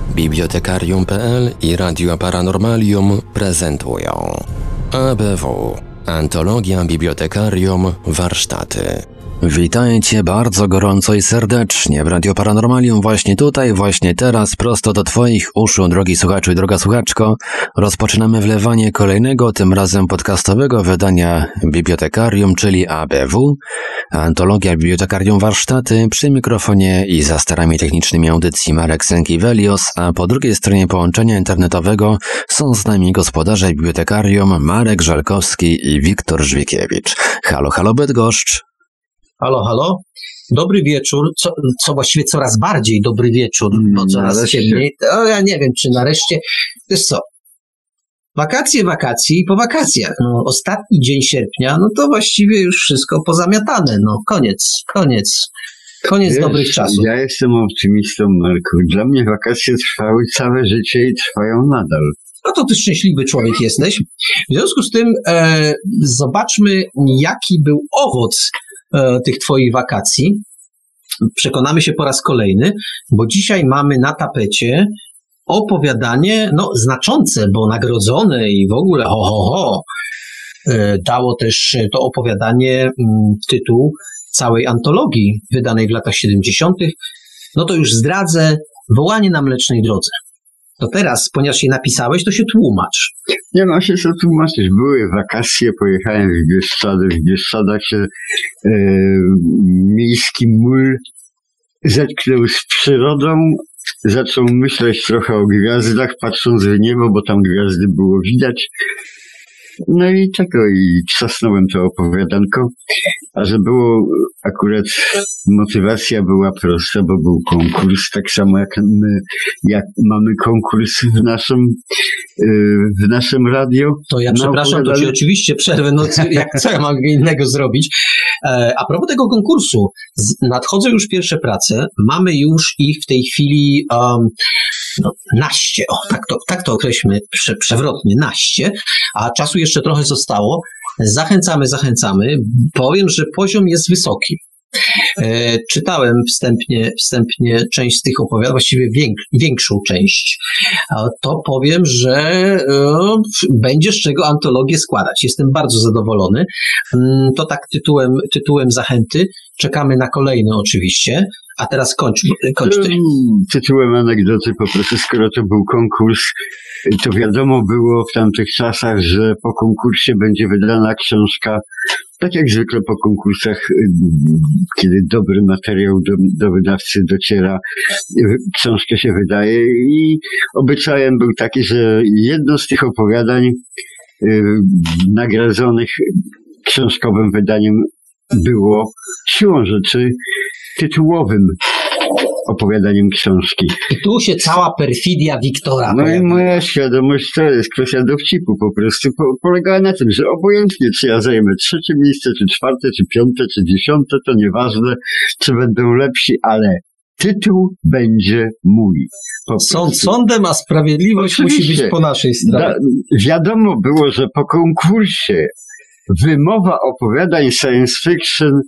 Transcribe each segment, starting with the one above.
Bibliotekarium.pl i Radio Paranormalium prezentują ABW – Antologia Bibliotekarium Warsztaty. Witajcie bardzo gorąco i serdecznie w Radio Paranormalium właśnie tutaj, właśnie teraz, prosto do Twoich uszu, drogi słuchaczu i droga słuchaczko. Rozpoczynamy wlewanie kolejnego, tym razem podcastowego wydania Bibliotekarium, czyli ABW, Antologia Bibliotekarium Warsztaty, przy mikrofonie i za starami technicznymi audycji Marek Sękiewelios, a po drugiej stronie połączenia internetowego są z nami gospodarze Bibliotekarium Marek Żalkowski i Wiktor Żwikiewicz. Halo, halo Bydgoszcz. Halo, halo. Dobry wieczór, co właściwie coraz bardziej dobry wieczór, bo coraz ciemniej. Ja nie wiem, czy nareszcie. Wiesz co, wakacje i po wakacjach. No, ostatni dzień sierpnia, no to właściwie już wszystko pozamiatane. No, koniec wiesz, dobrych czasów. Ja jestem optymistą, Marku. Dla mnie wakacje trwały całe życie i trwają nadal. No to ty szczęśliwy człowiek jesteś. W związku z tym zobaczmy, jaki był owoc tych twoich wakacji. Przekonamy się po raz kolejny, bo dzisiaj mamy na tapecie opowiadanie, no znaczące, bo nagrodzone i w ogóle dało też to opowiadanie tytuł całej antologii wydanej w latach 70. No to już zdradzę, Wołanie na Mlecznej Drodze. To teraz, ponieważ je napisałeś, to się tłumacz. Nie ma się co tłumaczyć. Były wakacje, pojechałem w Bieszczady. W Bieszczadach się miejski mól zetknął z przyrodą. Zaczął myśleć trochę o gwiazdach, patrząc w niebo, bo tam gwiazdy było widać. No i trzasnąłem to opowiadanko. A że było akurat, motywacja była prosta, bo był konkurs, tak samo jak mamy konkurs w naszym radio. To ja przepraszam, to ci oczywiście przerwę, no co ja mam innego zrobić? A propos tego konkursu, nadchodzą już pierwsze prace, mamy już ich w tej chwili naście, tak to określmy przewrotnie, naście, a czasu jeszcze trochę zostało. Zachęcamy. Powiem, że poziom jest wysoki. Czytałem wstępnie część z tych opowiadań, właściwie większą część. To powiem, że będzie z czego antologię składać. Jestem bardzo zadowolony. To tak tytułem zachęty. Czekamy na kolejne oczywiście. A teraz kończ ty. Tytułem anegdoty po prostu, skoro to był konkurs, to wiadomo było w tamtych czasach, że po konkursie będzie wydana książka, tak jak zwykle po konkursach, kiedy dobry materiał do wydawcy dociera, książkę się wydaje i obyczajem był taki, że jedno z tych opowiadań nagradzonych książkowym wydaniem było siłą rzeczy tytułowym opowiadaniem książki. I tu się cała perfidia Wiktora. No i moja świadomość to jest kwestia dowcipu po prostu. Polegała na tym, że obojętnie czy ja zajmę 3. miejsce, czy 4., czy 5., czy 10., to nieważne, czy będą lepsi, ale tytuł będzie mój. Sąd sądem, a sprawiedliwość musi być po naszej stronie. Wiadomo było, że po konkursie wymowa opowiadań science fiction,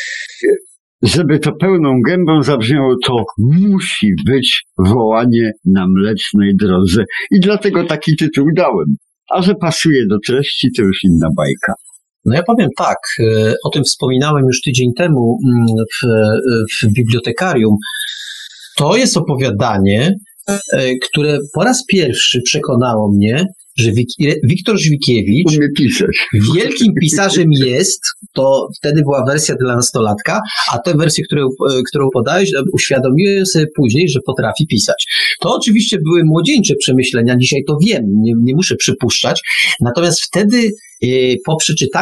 żeby to pełną gębą zabrzmiało, to musi być Wołanie na Mlecznej Drodze. I dlatego taki tytuł dałem. A że pasuje do treści, to już inna bajka. No ja powiem tak, o tym wspominałem już tydzień temu w bibliotekarium. To jest opowiadanie, które po raz pierwszy przekonało mnie, że Wiktor Żwikiewicz umie pisać. Wielkim pisarzem jest, to wtedy była wersja dla nastolatka, a tę wersję, którą podałeś, uświadomiłem sobie później, że potrafi pisać. To oczywiście były młodzieńcze przemyślenia, dzisiaj to wiem, nie muszę przypuszczać, natomiast wtedy po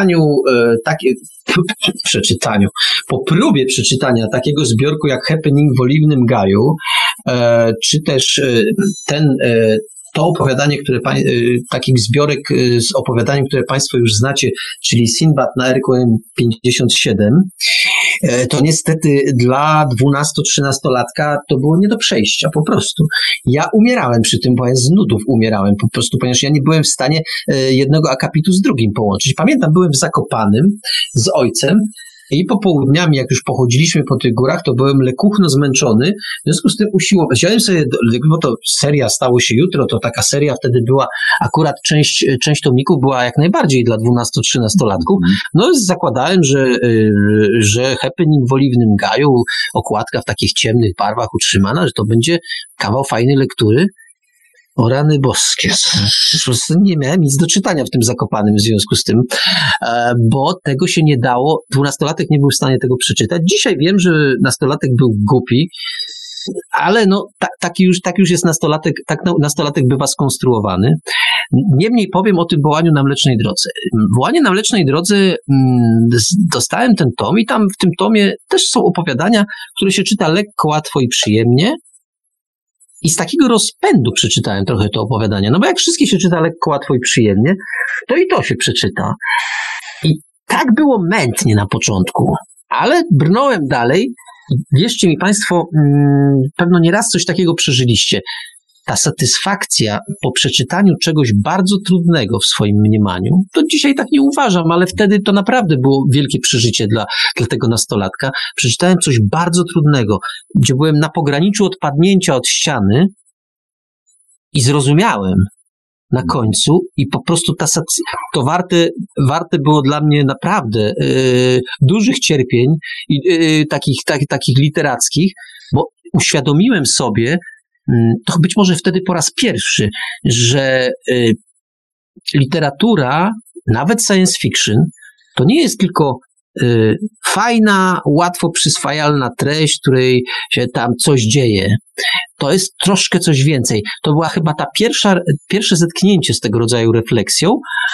po próbie przeczytania takiego zbiorku jak Happening w Oliwnym Gaju, czy też to opowiadanie, takich zbiorek z opowiadaniem, które Państwo już znacie, czyli Sinbad na RQM 57, to niestety dla 12-13-latka to było nie do przejścia, po prostu. Ja umierałem przy tym, bo ja z nudów umierałem po prostu, ponieważ ja nie byłem w stanie jednego akapitu z drugim połączyć. Pamiętam, byłem w Zakopanem z ojcem i popołudniami, jak już pochodziliśmy po tych górach, to byłem lekuchno zmęczony, w związku z tym wziąłem sobie, bo to seria Stało się jutro, to taka seria wtedy była, akurat część tomików była jak najbardziej dla 12-13-latków, no zakładałem, że Happening w Oliwnym Gaju, okładka w takich ciemnych barwach utrzymana, że to będzie kawał fajnej lektury. O rany boskie. Nie miałem nic do czytania w tym Zakopanem w związku z tym, bo tego się nie dało. 12-latek nie był w stanie tego przeczytać. Dzisiaj wiem, że nastolatek był głupi, ale no, tak już jest nastolatek, tak nastolatek bywa skonstruowany. Niemniej powiem o tym Wołaniu na Mlecznej Drodze. Wołanie na Mlecznej Drodze, dostałem ten tom i tam w tym tomie też są opowiadania, które się czyta lekko, łatwo i przyjemnie. I z takiego rozpędu przeczytałem trochę te opowiadania, no bo jak wszystkie się czyta lekko, łatwo i przyjemnie, to i to się przeczyta. I tak było mętnie na początku, ale brnąłem dalej. Wierzcie mi Państwo, pewno nieraz coś takiego przeżyliście. Ta satysfakcja po przeczytaniu czegoś bardzo trudnego w swoim mniemaniu, to dzisiaj tak nie uważam, ale wtedy to naprawdę było wielkie przeżycie dla tego nastolatka. Przeczytałem coś bardzo trudnego, gdzie byłem na pograniczu odpadnięcia od ściany i zrozumiałem na końcu i po prostu to warte było dla mnie naprawdę dużych cierpień i takich literackich, bo uświadomiłem sobie, to być może wtedy po raz pierwszy, że literatura, nawet science fiction, to nie jest tylko fajna, łatwo przyswajalna treść, w której się tam coś dzieje. To jest troszkę coś więcej. To była chyba ta pierwsze zetknięcie z tego rodzaju refleksją,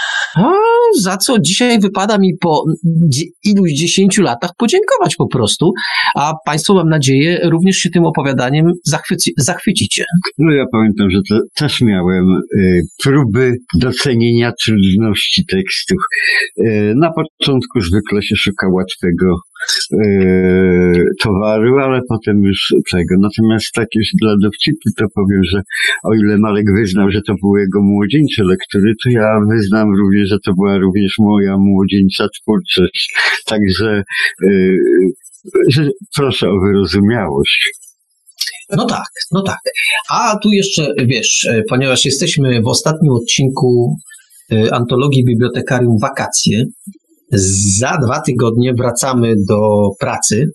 za co dzisiaj wypada mi po iluś 10 latach podziękować po prostu, a Państwo, mam nadzieję, również się tym opowiadaniem zachwycicie. No ja pamiętam, że też miałem próby docenienia trudności tekstów. Na początku zwykle się szuka łatwego towaru, ale potem już czego. Natomiast tak już dla dowcipu to powiem, że o ile Marek wyznał, że to były jego młodzieńcze lektury, to ja wyznam również, że to była również moja młodzieńcza twórczość. Także proszę o wyrozumiałość. No tak. A tu jeszcze, wiesz, ponieważ jesteśmy w ostatnim odcinku antologii Bibliotekarium Wakacje, za 2 tygodnie wracamy do pracy.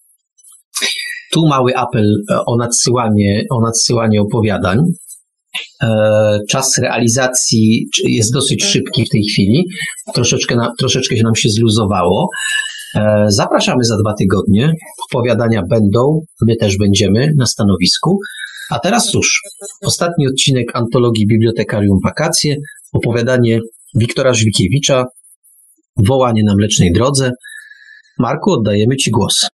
Tu mały apel o nadsyłanie opowiadań. Czas realizacji jest dosyć szybki w tej chwili. Troszeczkę się nam się zluzowało. Zapraszamy za 2 tygodnie. Opowiadania będą, my też będziemy na stanowisku. A teraz cóż, ostatni odcinek antologii Bibliotekarium Wakacje. Opowiadanie Wiktora Żwikiewicza, Wołanie na Mlecznej Drodze. Marku, oddajemy Ci głos.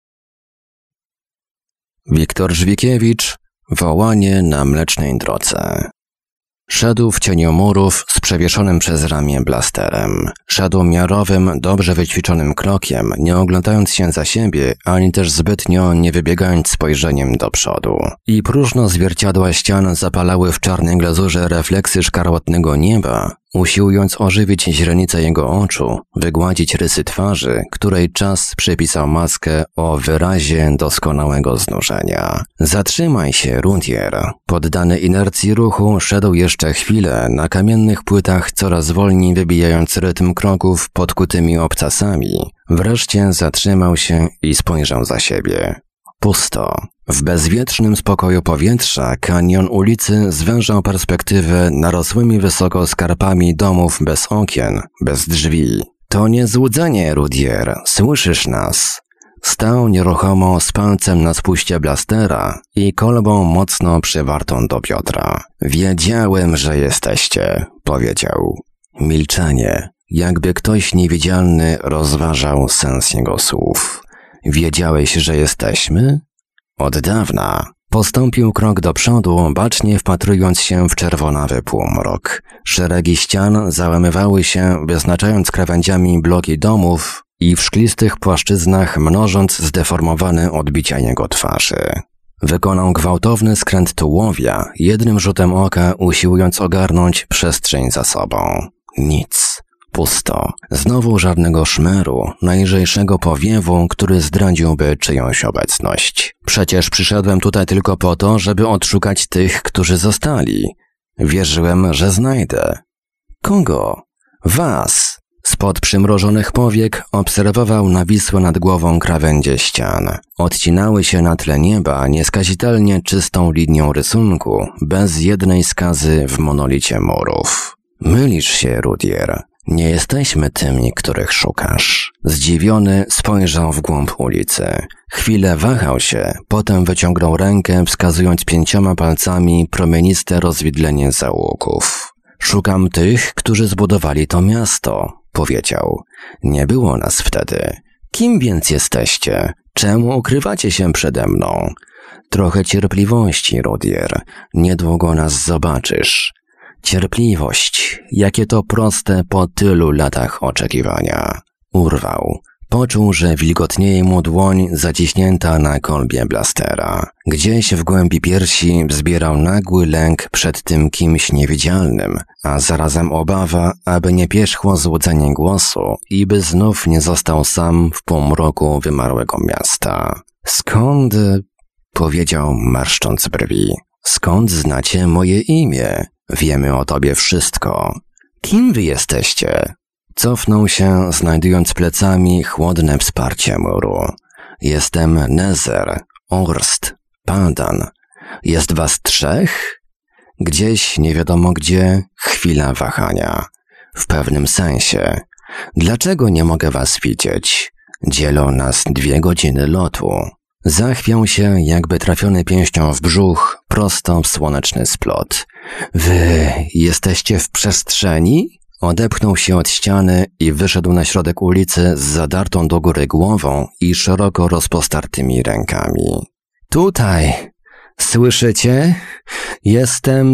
Wiktor Żwikiewicz, Wołanie na Mlecznej Drodze. Szedł w cieniu murów z przewieszonym przez ramię blasterem. Szedł miarowym, dobrze wyćwiczonym krokiem, nie oglądając się za siebie, ani też zbytnio nie wybiegając spojrzeniem do przodu. I próżno zwierciadła ścian zapalały w czarnej glazurze refleksy szkarłatnego nieba, usiłując ożywić źrenice jego oczu, wygładzić rysy twarzy, której czas przypisał maskę o wyrazie doskonałego znużenia. Zatrzymaj się, Rudier. Poddany inercji ruchu szedł jeszcze chwilę na kamiennych płytach, coraz wolniej wybijając rytm kroków podkutymi obcasami. Wreszcie zatrzymał się i spojrzał za siebie. Pusto. W bezwietrznym spokoju powietrza kanion ulicy zwężał perspektywę narosłymi wysoko skarpami domów bez okien, bez drzwi. To nie złudzenie, Rudier, słyszysz nas? Stał nieruchomo z palcem na spuście blastera i kolbą mocno przywartą do biodra. Wiedziałem, że jesteście, powiedział. Milczenie, jakby ktoś niewidzialny rozważał sens jego słów. Wiedziałeś, że jesteśmy? Od dawna. Postąpił krok do przodu, bacznie wpatrując się w czerwonawy półmrok. Szeregi ścian załamywały się, wyznaczając krawędziami bloki domów i w szklistych płaszczyznach mnożąc zdeformowane odbicia jego twarzy. Wykonał gwałtowny skręt tułowia, jednym rzutem oka usiłując ogarnąć przestrzeń za sobą. Nic. Pusto. Znowu żadnego szmeru, najlżejszego powiewu, który zdradziłby czyjąś obecność. Przecież przyszedłem tutaj tylko po to, żeby odszukać tych, którzy zostali. Wierzyłem, że znajdę. Kogo? Was. Spod przymrożonych powiek obserwował nawisłe nad głową krawędzie ścian. Odcinały się na tle nieba nieskazitelnie czystą linią rysunku, bez jednej skazy w monolicie murów. Mylisz się, Rudyard. Nie jesteśmy tymi, których szukasz. Zdziwiony spojrzał w głąb ulicy. Chwilę wahał się, potem wyciągnął rękę, wskazując 5 palcami promieniste rozwidlenie zaułków. Szukam tych, którzy zbudowali to miasto, powiedział. Nie było nas wtedy. Kim więc jesteście? Czemu ukrywacie się przede mną? Trochę cierpliwości, Rudyard. Niedługo nas zobaczysz. Cierpliwość, jakie to proste po tylu latach oczekiwania. Urwał. Poczuł, że wilgotnieje mu dłoń zaciśnięta na kolbie blastera. Gdzieś w głębi piersi wzbierał nagły lęk przed tym kimś niewidzialnym, a zarazem obawa, aby nie pierzchło złudzenie głosu i by znów nie został sam w półmroku wymarłego miasta. Skąd? Powiedział, marszcząc brwi. Skąd znacie moje imię? Wiemy o tobie wszystko. Kim wy jesteście? Cofnął się, znajdując plecami chłodne wsparcie muru. Jestem Nezer, Orst, Padan. Jest was 3? Gdzieś, nie wiadomo gdzie, chwila wahania. W pewnym sensie. Dlaczego nie mogę was widzieć? Dzielą nas 2 godziny lotu. Zachwiał się, jakby trafiony pięścią w brzuch, prosto w słoneczny splot. Wy jesteście w przestrzeni? Odepchnął się od ściany i wyszedł na środek ulicy z zadartą do góry głową i szeroko rozpostartymi rękami. Tutaj! Słyszycie? Jestem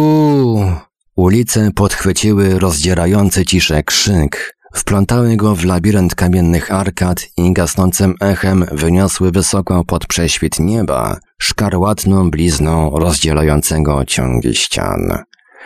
tu! Ulice podchwyciły rozdzierający ciszę krzyk. Wplątały go w labirynt kamiennych arkad i gasnącym echem wyniosły wysoko pod prześwit nieba, szkarłatną blizną rozdzielającego ciągi ścian.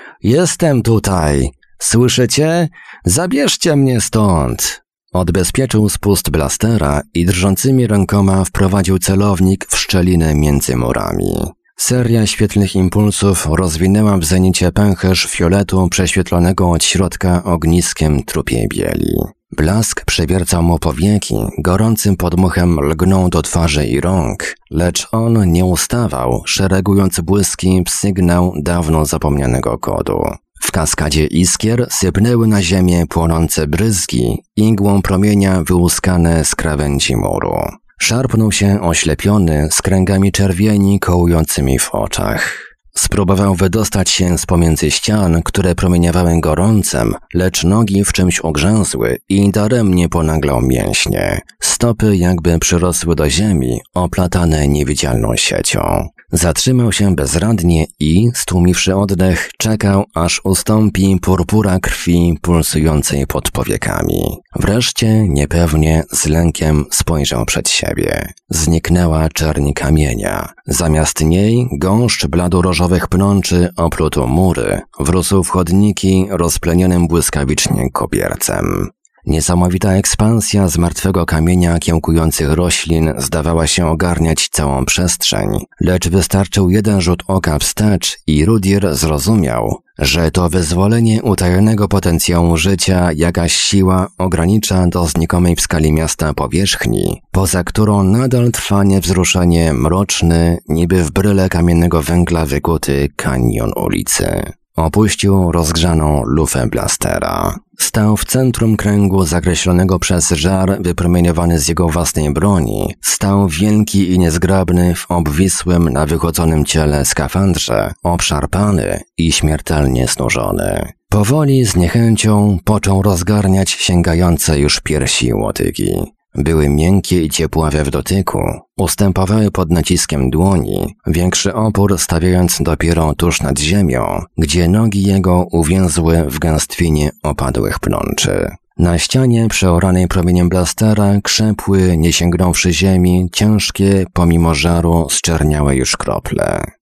Jestem tutaj! Słyszycie? Zabierzcie mnie stąd! Odbezpieczył spust blastera i drżącymi rękoma wprowadził celownik w szczelinę między murami. Seria świetlnych impulsów rozwinęła w zenicie pęcherz fioletu prześwietlonego od środka ogniskiem trupiej bieli. Blask przewiercał mu powieki, gorącym podmuchem lgnął do twarzy i rąk, lecz on nie ustawał, szeregując błyski w sygnał dawno zapomnianego kodu. W kaskadzie iskier sypnęły na ziemię płonące bryzgi, igłą promienia wyłuskane z krawędzi muru. Szarpnął się oślepiony z kręgami czerwieni kołującymi w oczach. Spróbował wydostać się z pomiędzy ścian, które promieniowały gorącem, lecz nogi w czymś ugrzęzły i daremnie ponaglał mięśnie. Stopy jakby przyrosły do ziemi, oplatane niewidzialną siecią. Zatrzymał się bezradnie i, stłumiwszy oddech, czekał, aż ustąpi purpura krwi pulsującej pod powiekami. Wreszcie, niepewnie, z lękiem spojrzał przed siebie. Zniknęła czerni kamienia. Zamiast niej gąszcz blado-różowych pnączy opluł mury, wrósł w chodniki rozplenionym błyskawicznie kobiercem. Niesamowita ekspansja z martwego kamienia kiełkujących roślin zdawała się ogarniać całą przestrzeń, lecz wystarczył jeden rzut oka wstecz i Rudyard zrozumiał, że to wyzwolenie utajonego potencjału życia jakaś siła ogranicza do znikomej w skali miasta powierzchni, poza którą nadal trwa niewzruszenie mroczny, niby w bryle kamiennego węgla wykuty kanion ulicy. Opuścił rozgrzaną lufę blastera. Stał w centrum kręgu zakreślonego przez żar wypromieniowany z jego własnej broni. Stał wielki i niezgrabny w obwisłym, na wychodzonym ciele skafandrze, obszarpany i śmiertelnie znużony. Powoli, z niechęcią, począł rozgarniać sięgające już piersi łotygi. Były miękkie i ciepławe w dotyku, ustępowały pod naciskiem dłoni, większy opór stawiając dopiero tuż nad ziemią, gdzie nogi jego uwięzły w gęstwinie opadłych pnączy. Na ścianie przeoranej promieniem blastera krzepły, nie sięgnąwszy ziemi, ciężkie, pomimo żaru, zczerniałe już krople.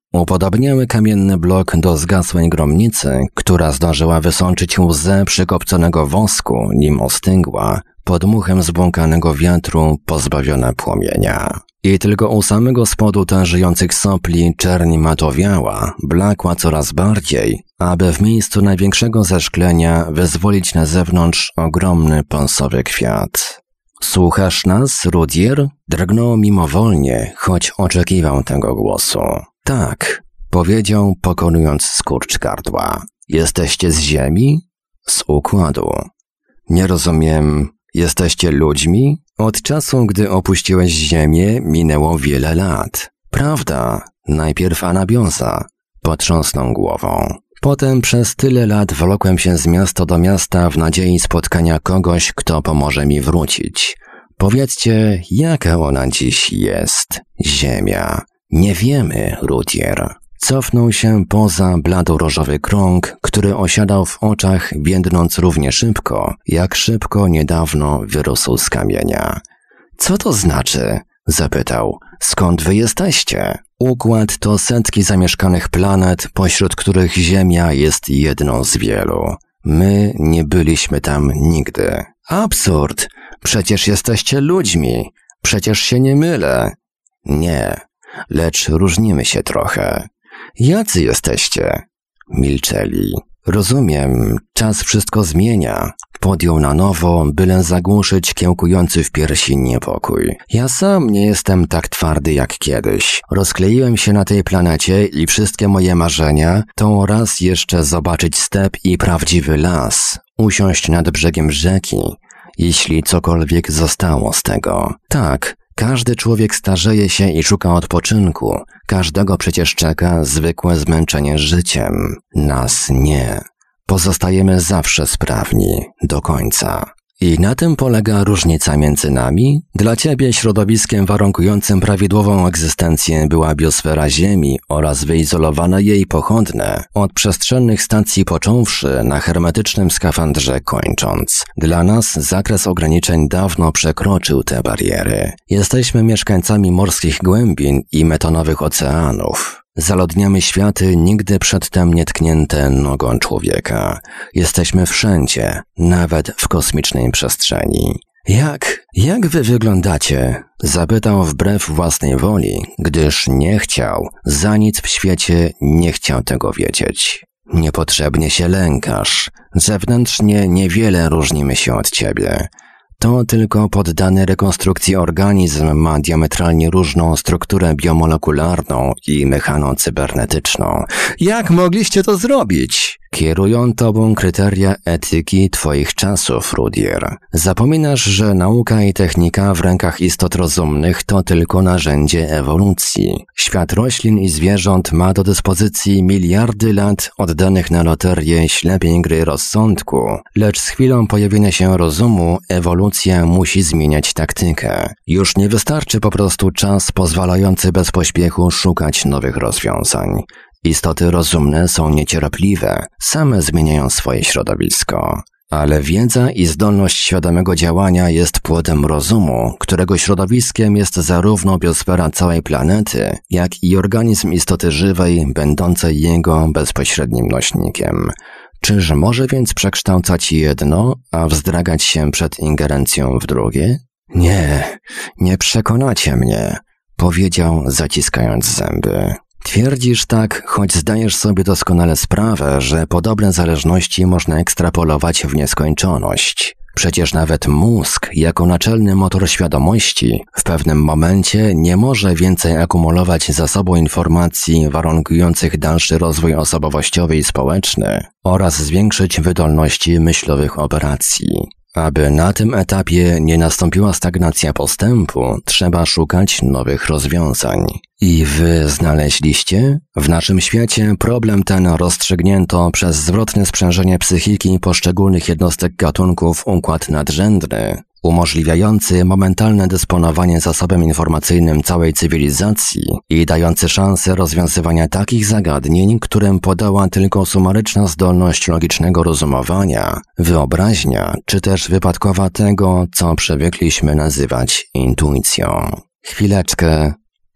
Upodobniały kamienny blok do zgasłej gromnicy, która zdążyła wysączyć łzę przykopconego wosku, nim ostygła, pod muchem zbłąkanego wiatru pozbawiona płomienia. I tylko u samego spodu tężyjących sopli czerń matowiała, blakła coraz bardziej, aby w miejscu największego zeszklenia wyzwolić na zewnątrz ogromny pąsowy kwiat. Słuchasz nas, Rudier? Drgnął mimowolnie, choć oczekiwał tego głosu. Tak, powiedział, pokonując skurcz gardła. Jesteście z ziemi? Z układu. Nie rozumiem, jesteście ludźmi? Od czasu, gdy opuściłeś ziemię, minęło wiele lat. Prawda, najpierw anabioza. Potrząsnął głową. Potem przez tyle lat wlokłem się z miasta do miasta w nadziei spotkania kogoś, kto pomoże mi wrócić. Powiedzcie, jaka ona dziś jest, Ziemia? Nie wiemy, Rudier. Cofnął się poza blado-różowy krąg, który osiadał w oczach, więdnąc równie szybko, jak szybko niedawno wyrósł z kamienia. Co to znaczy? Zapytał. Skąd wy jesteście? Układ to setki zamieszkanych planet, pośród których Ziemia jest jedną z wielu. My nie byliśmy tam nigdy. Absurd! Przecież jesteście ludźmi. Przecież się nie mylę. Nie, lecz różnimy się trochę. Jacy jesteście? Milczeli. Rozumiem, czas wszystko zmienia. Podjął na nowo, byle zagłuszyć kiełkujący w piersi niepokój. Ja sam nie jestem tak twardy jak kiedyś. Rozkleiłem się na tej planecie i wszystkie moje marzenia to raz jeszcze zobaczyć step i prawdziwy las, usiąść nad brzegiem rzeki, jeśli cokolwiek zostało z tego. Tak, każdy człowiek starzeje się i szuka odpoczynku. Każdego przecież czeka zwykłe zmęczenie życiem. Nas nie. Pozostajemy zawsze sprawni, do końca. I na tym polega różnica między nami? Dla ciebie środowiskiem warunkującym prawidłową egzystencję była biosfera Ziemi oraz wyizolowane jej pochodne, od przestrzennych stacji począwszy, na hermetycznym skafandrze kończąc. Dla nas zakres ograniczeń dawno przekroczył te bariery. Jesteśmy mieszkańcami morskich głębin i metonowych oceanów. Zaludniamy światy nigdy przedtem nietknięte nogą człowieka. Jesteśmy wszędzie, nawet w kosmicznej przestrzeni. Jak wy wyglądacie? Zapytał wbrew własnej woli, gdyż nie chciał, za nic w świecie nie chciał tego wiedzieć. Niepotrzebnie się lękasz. Zewnętrznie niewiele różnimy się od ciebie. To tylko poddany rekonstrukcji organizm ma diametralnie różną strukturę biomolekularną i mechano-cybernetyczną. Jak mogliście to zrobić? Kierują tobą kryteria etyki twoich czasów, Rudier. Zapominasz, że nauka i technika w rękach istot rozumnych to tylko narzędzie ewolucji. Świat roślin i zwierząt ma do dyspozycji miliardy lat oddanych na loterię ślepiej gry rozsądku, lecz z chwilą pojawienia się rozumu ewolucja musi zmieniać taktykę. Już nie wystarczy po prostu czas pozwalający bez pośpiechu szukać nowych rozwiązań. Istoty rozumne są niecierpliwe, same zmieniają swoje środowisko. Ale wiedza i zdolność świadomego działania jest płodem rozumu, którego środowiskiem jest zarówno biosfera całej planety, jak i organizm istoty żywej, będącej jego bezpośrednim nośnikiem. Czyż może więc przekształcać jedno, a wzdragać się przed ingerencją w drugie? Nie przekonacie mnie, powiedział, zaciskając zęby. Twierdzisz tak, choć zdajesz sobie doskonale sprawę, że podobne zależności można ekstrapolować w nieskończoność. Przecież nawet mózg, jako naczelny motor świadomości, w pewnym momencie nie może więcej akumulować zasobu informacji warunkujących dalszy rozwój osobowościowy i społeczny oraz zwiększyć wydolności myślowych operacji. Aby na tym etapie nie nastąpiła stagnacja postępu, trzeba szukać nowych rozwiązań. I wy znaleźliście? W naszym świecie problem ten rozstrzygnięto przez zwrotne sprzężenie psychiki poszczególnych jednostek gatunków układ nadrzędny, umożliwiający momentalne dysponowanie zasobem informacyjnym całej cywilizacji i dający szansę rozwiązywania takich zagadnień, którym podała tylko sumaryczna zdolność logicznego rozumowania, wyobraźnia, czy też wypadkowa tego, co przywykliśmy nazywać intuicją. Chwileczkę,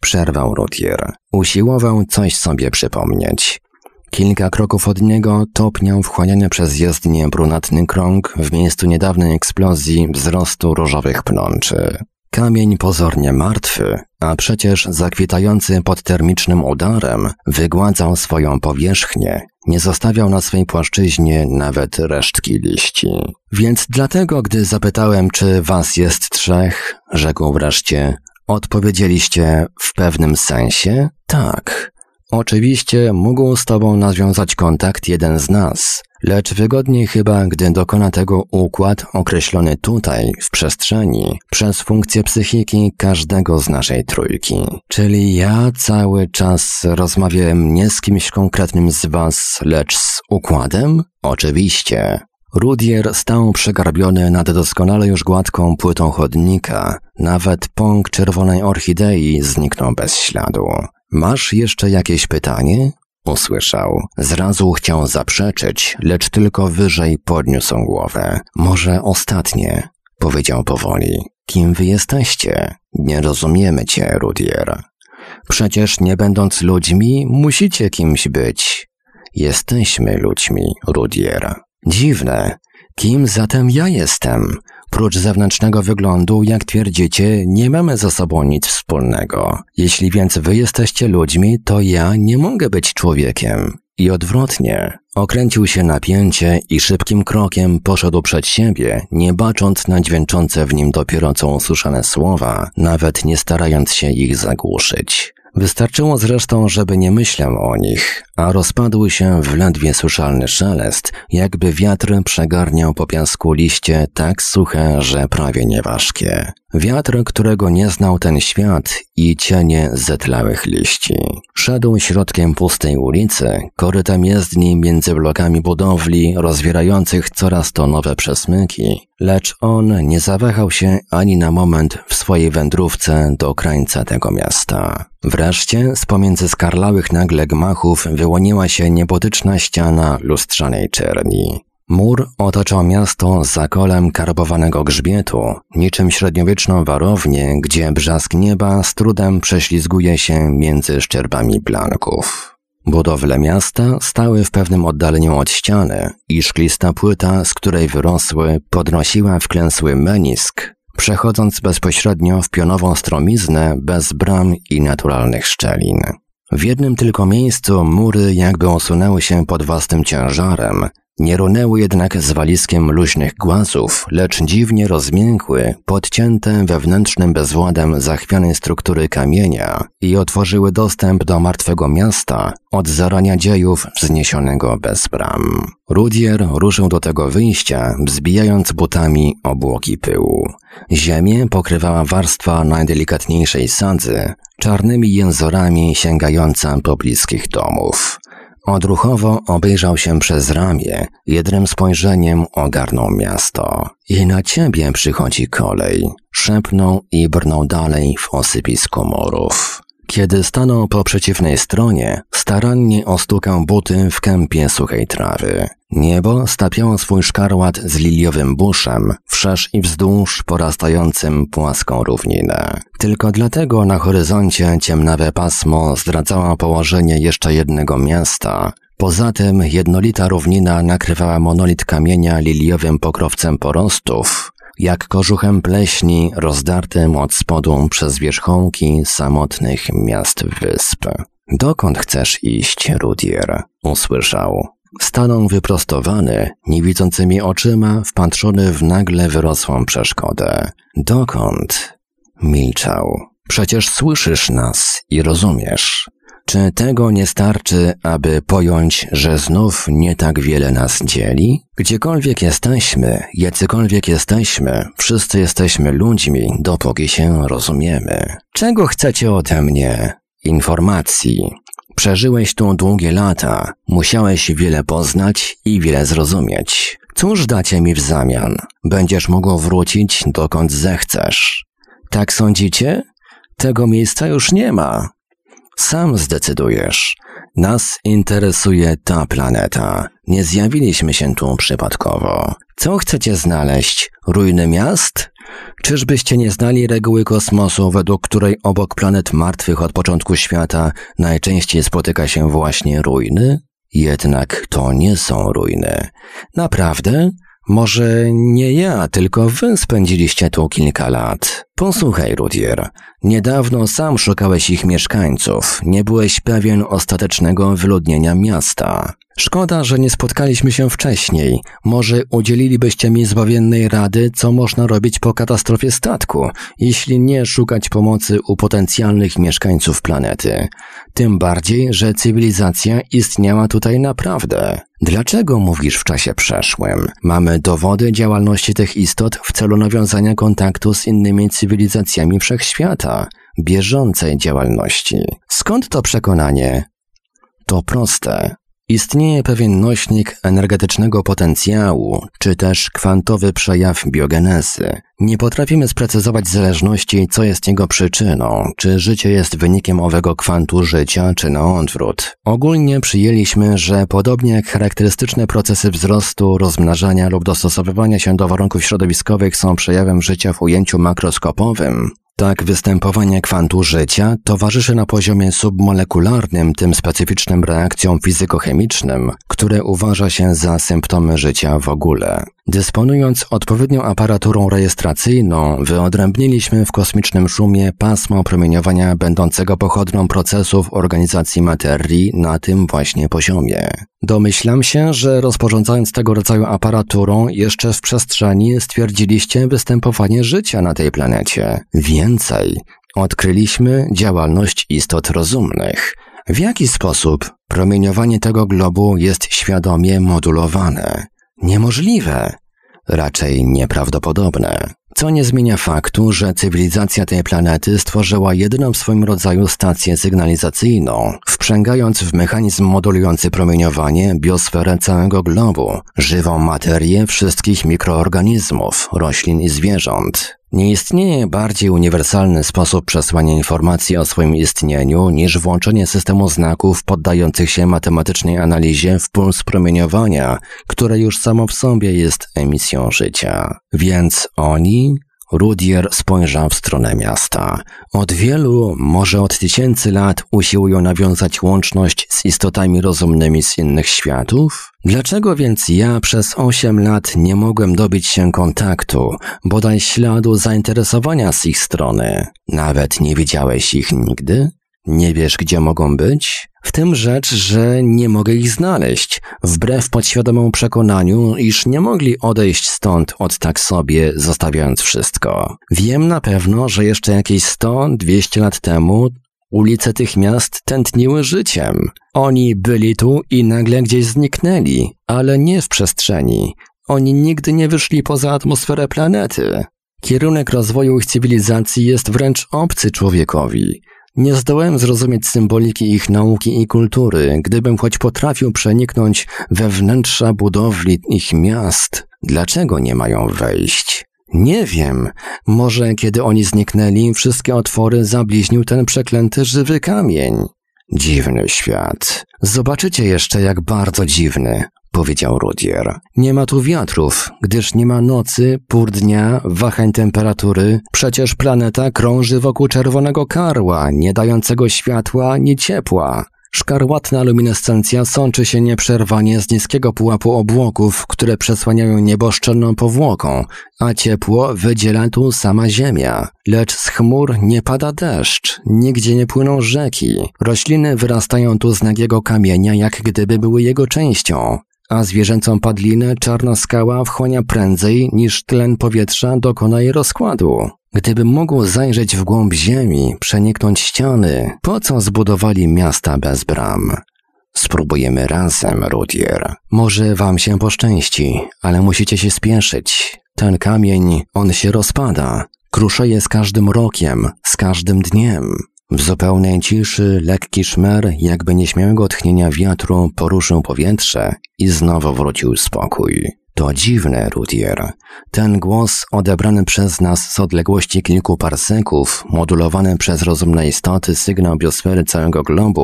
przerwał Rudier. Usiłował coś sobie przypomnieć. Kilka kroków od niego topniał wchłaniany przez jezdnię brunatny krąg w miejscu niedawnej eksplozji wzrostu różowych pnączy. Kamień pozornie martwy, a przecież zakwitający pod termicznym udarem wygładzał swoją powierzchnię, nie zostawiał na swej płaszczyźnie nawet resztki liści. Więc dlatego, gdy zapytałem, czy was jest 3, rzekł wreszcie, odpowiedzieliście w pewnym sensie? Tak. Oczywiście mógł z tobą nawiązać kontakt jeden z nas, lecz wygodniej chyba, gdy dokona tego układ określony tutaj, w przestrzeni, przez funkcję psychiki każdego z naszej trójki. Czyli ja cały czas rozmawiałem nie z kimś konkretnym z was, lecz z układem? Oczywiście. Rudier stał przegarbiony nad doskonale już gładką płytą chodnika. Nawet pąk czerwonej orchidei zniknął bez śladu. Masz jeszcze jakieś pytanie? Usłyszał. Zrazu chciał zaprzeczyć, lecz tylko wyżej podniósł głowę. Może ostatnie, powiedział powoli. Kim wy jesteście? Nie rozumiemy cię, Rudier. Przecież nie będąc ludźmi, musicie kimś być. Jesteśmy ludźmi, Rudier. Dziwne. Kim zatem ja jestem? Prócz zewnętrznego wyglądu, jak twierdzicie, nie mamy ze sobą nic wspólnego. Jeśli więc wy jesteście ludźmi, to ja nie mogę być człowiekiem. I odwrotnie. Okręcił się napięcie i szybkim krokiem poszedł przed siebie, nie bacząc na dźwięczące w nim dopiero co usłyszane słowa, nawet nie starając się ich zagłuszyć. Wystarczyło zresztą, żeby nie myślał o nich, a rozpadł się w ledwie słyszalny szelest, jakby wiatr przegarniał po piasku liście tak suche, że prawie nieważkie. Wiatr, którego nie znał ten świat i cienie zetlałych liści. Szedł środkiem pustej ulicy, korytem jezdni między blokami budowli, rozwierających coraz to nowe przesmyki, lecz on nie zawahał się ani na moment w swojej wędrówce do krańca tego miasta. Wreszcie z pomiędzy skarlałych nagle gmachów wyłoniła się niebotyczna ściana lustrzanej czerni. Mur otaczał miasto zakolem karbowanego grzbietu, niczym średniowieczną warownię, gdzie brzask nieba z trudem prześlizguje się między szczerbami blanków. Budowle miasta stały w pewnym oddaleniu od ściany i szklista płyta, z której wyrosły, podnosiła wklęsły menisk, przechodząc bezpośrednio w pionową stromiznę bez bram i naturalnych szczelin. W jednym tylko miejscu mury jakby osunęły się pod własnym ciężarem, nie runęły jednak zwaliskiem luźnych głazów, lecz dziwnie rozmiękły, podcięte wewnętrznym bezwładem zachwianej struktury kamienia i otworzyły dostęp do martwego miasta od zarania dziejów wzniesionego bez bram. Rudier ruszył do tego wyjścia, wzbijając butami obłoki pyłu. Ziemię pokrywała warstwa najdelikatniejszej sadzy, czarnymi jęzorami sięgająca pobliskich domów. Odruchowo obejrzał się przez ramię, jednym spojrzeniem ogarnął miasto. I na ciebie przychodzi kolej, szepnął i brnął dalej w osypisku murów. Kiedy stanął po przeciwnej stronie, starannie ostukał buty w kępie suchej trawy. Niebo stapiało swój szkarłat z liliowym buszem, wszerz i wzdłuż porastającym płaską równinę. Tylko dlatego na horyzoncie ciemnawe pasmo zdradzało położenie jeszcze jednego miasta. Poza tym jednolita równina nakrywała monolit kamienia liliowym pokrowcem porostów, jak kożuchem pleśni rozdartym od spodu przez wierzchołki samotnych miast wysp. Dokąd chcesz iść, Rudier? Usłyszał. Stanął wyprostowany, niewidzącymi oczyma wpatrzony w nagle wyrosłą przeszkodę. Dokąd? Milczał. Przecież słyszysz nas i rozumiesz. Czy tego nie starczy, aby pojąć, że znów nie tak wiele nas dzieli? Gdziekolwiek jesteśmy, jacykolwiek jesteśmy, wszyscy jesteśmy ludźmi, dopóki się rozumiemy. Czego chcecie ode mnie? Informacji. Przeżyłeś tu długie lata, musiałeś wiele poznać i wiele zrozumieć. Cóż dacie mi w zamian? Będziesz mógł wrócić dokąd zechcesz. Tak sądzicie? Tego miejsca już nie ma. Sam zdecydujesz. Nas interesuje ta planeta. Nie zjawiliśmy się tu przypadkowo. Co chcecie znaleźć? Ruiny miast? Czyżbyście nie znali reguły kosmosu, według której obok planet martwych od początku świata najczęściej spotyka się właśnie ruiny? Jednak to nie są ruiny. Naprawdę? Może nie ja, tylko wy spędziliście tu kilka lat. Posłuchaj, Rudyard. Niedawno sam szukałeś ich mieszkańców. Nie byłeś pewien ostatecznego wyludnienia miasta. Szkoda, że nie spotkaliśmy się wcześniej. Może udzielilibyście mi zbawiennej rady, co można robić po katastrofie statku, jeśli nie szukać pomocy u potencjalnych mieszkańców planety. Tym bardziej, że cywilizacja istniała tutaj naprawdę. Dlaczego mówisz w czasie przeszłym? Mamy dowody działalności tych istot w celu nawiązania kontaktu z innymi cywilizacjami wszechświata, bieżącej działalności. Skąd to przekonanie? To proste. Istnieje pewien nośnik energetycznego potencjału, czy też kwantowy przejaw biogenezy. Nie potrafimy sprecyzować zależności, co jest jego przyczyną, czy życie jest wynikiem owego kwantu życia, czy na odwrót. Ogólnie przyjęliśmy, że podobnie jak charakterystyczne procesy wzrostu, rozmnażania lub dostosowywania się do warunków środowiskowych są przejawem życia w ujęciu makroskopowym, tak występowanie kwantu życia towarzyszy na poziomie submolekularnym tym specyficznym reakcjom fizykochemicznym, które uważa się za symptomy życia w ogóle. Dysponując odpowiednią aparaturą rejestracyjną, wyodrębniliśmy w kosmicznym szumie pasmo promieniowania będącego pochodną procesów organizacji materii na tym właśnie poziomie. Domyślam się, że rozporządzając tego rodzaju aparaturą jeszcze w przestrzeni stwierdziliście występowanie życia na tej planecie. Więcej, odkryliśmy działalność istot rozumnych. W jaki sposób promieniowanie tego globu jest świadomie modulowane? Niemożliwe. Raczej nieprawdopodobne. Co nie zmienia faktu, że cywilizacja tej planety stworzyła jedyną w swoim rodzaju stację sygnalizacyjną, wprzęgając w mechanizm modulujący promieniowanie biosferę całego globu, żywą materię wszystkich mikroorganizmów, roślin i zwierząt. Nie istnieje bardziej uniwersalny sposób przesłania informacji o swoim istnieniu niż włączenie systemu znaków poddających się matematycznej analizie w puls promieniowania, które już samo w sobie jest emisją życia. Więc oni... Rudyard spojrzał w stronę miasta. Od wielu, może od tysięcy lat usiłują nawiązać łączność z istotami rozumnymi z innych światów? Dlaczego więc ja przez 8 lat nie mogłem dobyć się kontaktu, bodaj śladu zainteresowania z ich strony? Nawet nie widziałeś ich nigdy? Nie wiesz, gdzie mogą być? W tym rzecz, że nie mogę ich znaleźć, wbrew podświadomemu przekonaniu, iż nie mogli odejść stąd od tak sobie, zostawiając wszystko. Wiem na pewno, że jeszcze jakieś 100-200 lat temu ulice tych miast tętniły życiem. Oni byli tu i nagle gdzieś zniknęli, ale nie w przestrzeni. Oni nigdy nie wyszli poza atmosferę planety. Kierunek rozwoju ich cywilizacji jest wręcz obcy człowiekowi. Nie zdołałem zrozumieć symboliki ich nauki i kultury, gdybym choć potrafił przeniknąć we wnętrza budowli ich miast. Dlaczego nie mają wejść? Nie wiem. Może kiedy oni zniknęli, wszystkie otwory zabliźnił ten przeklęty żywy kamień. Dziwny świat. Zobaczycie jeszcze, jak bardzo dziwny, powiedział Rudyard. Nie ma tu wiatrów, gdyż nie ma nocy, pór dnia, wahań temperatury. Przecież planeta krąży wokół czerwonego karła, nie dającego światła ani ciepła. Szkarłatna luminescencja sączy się nieprzerwanie z niskiego pułapu obłoków, które przesłaniają niebo szczelną powłoką, a ciepło wydziela tu sama Ziemia. Lecz z chmur nie pada deszcz, nigdzie nie płyną rzeki. Rośliny wyrastają tu z nagiego kamienia, jak gdyby były jego częścią, a zwierzęcą padlinę czarna skała wchłania prędzej niż tlen powietrza dokona jej rozkładu. Gdybym mógł zajrzeć w głąb ziemi, przeniknąć ściany, po co zbudowali miasta bez bram? Spróbujemy razem, Rudyard. Może wam się poszczęści, ale musicie się spieszyć. Ten kamień, on się rozpada. Kruszeje z każdym rokiem, z każdym dniem. W zupełnej ciszy lekki szmer, jakby nieśmiałego tchnienia wiatru, poruszył powietrze i znowu wrócił spokój. To dziwne, Rudyard. Ten głos odebrany przez nas z odległości kilku parseków, modulowany przez rozumne istoty sygnał biosfery całego globu,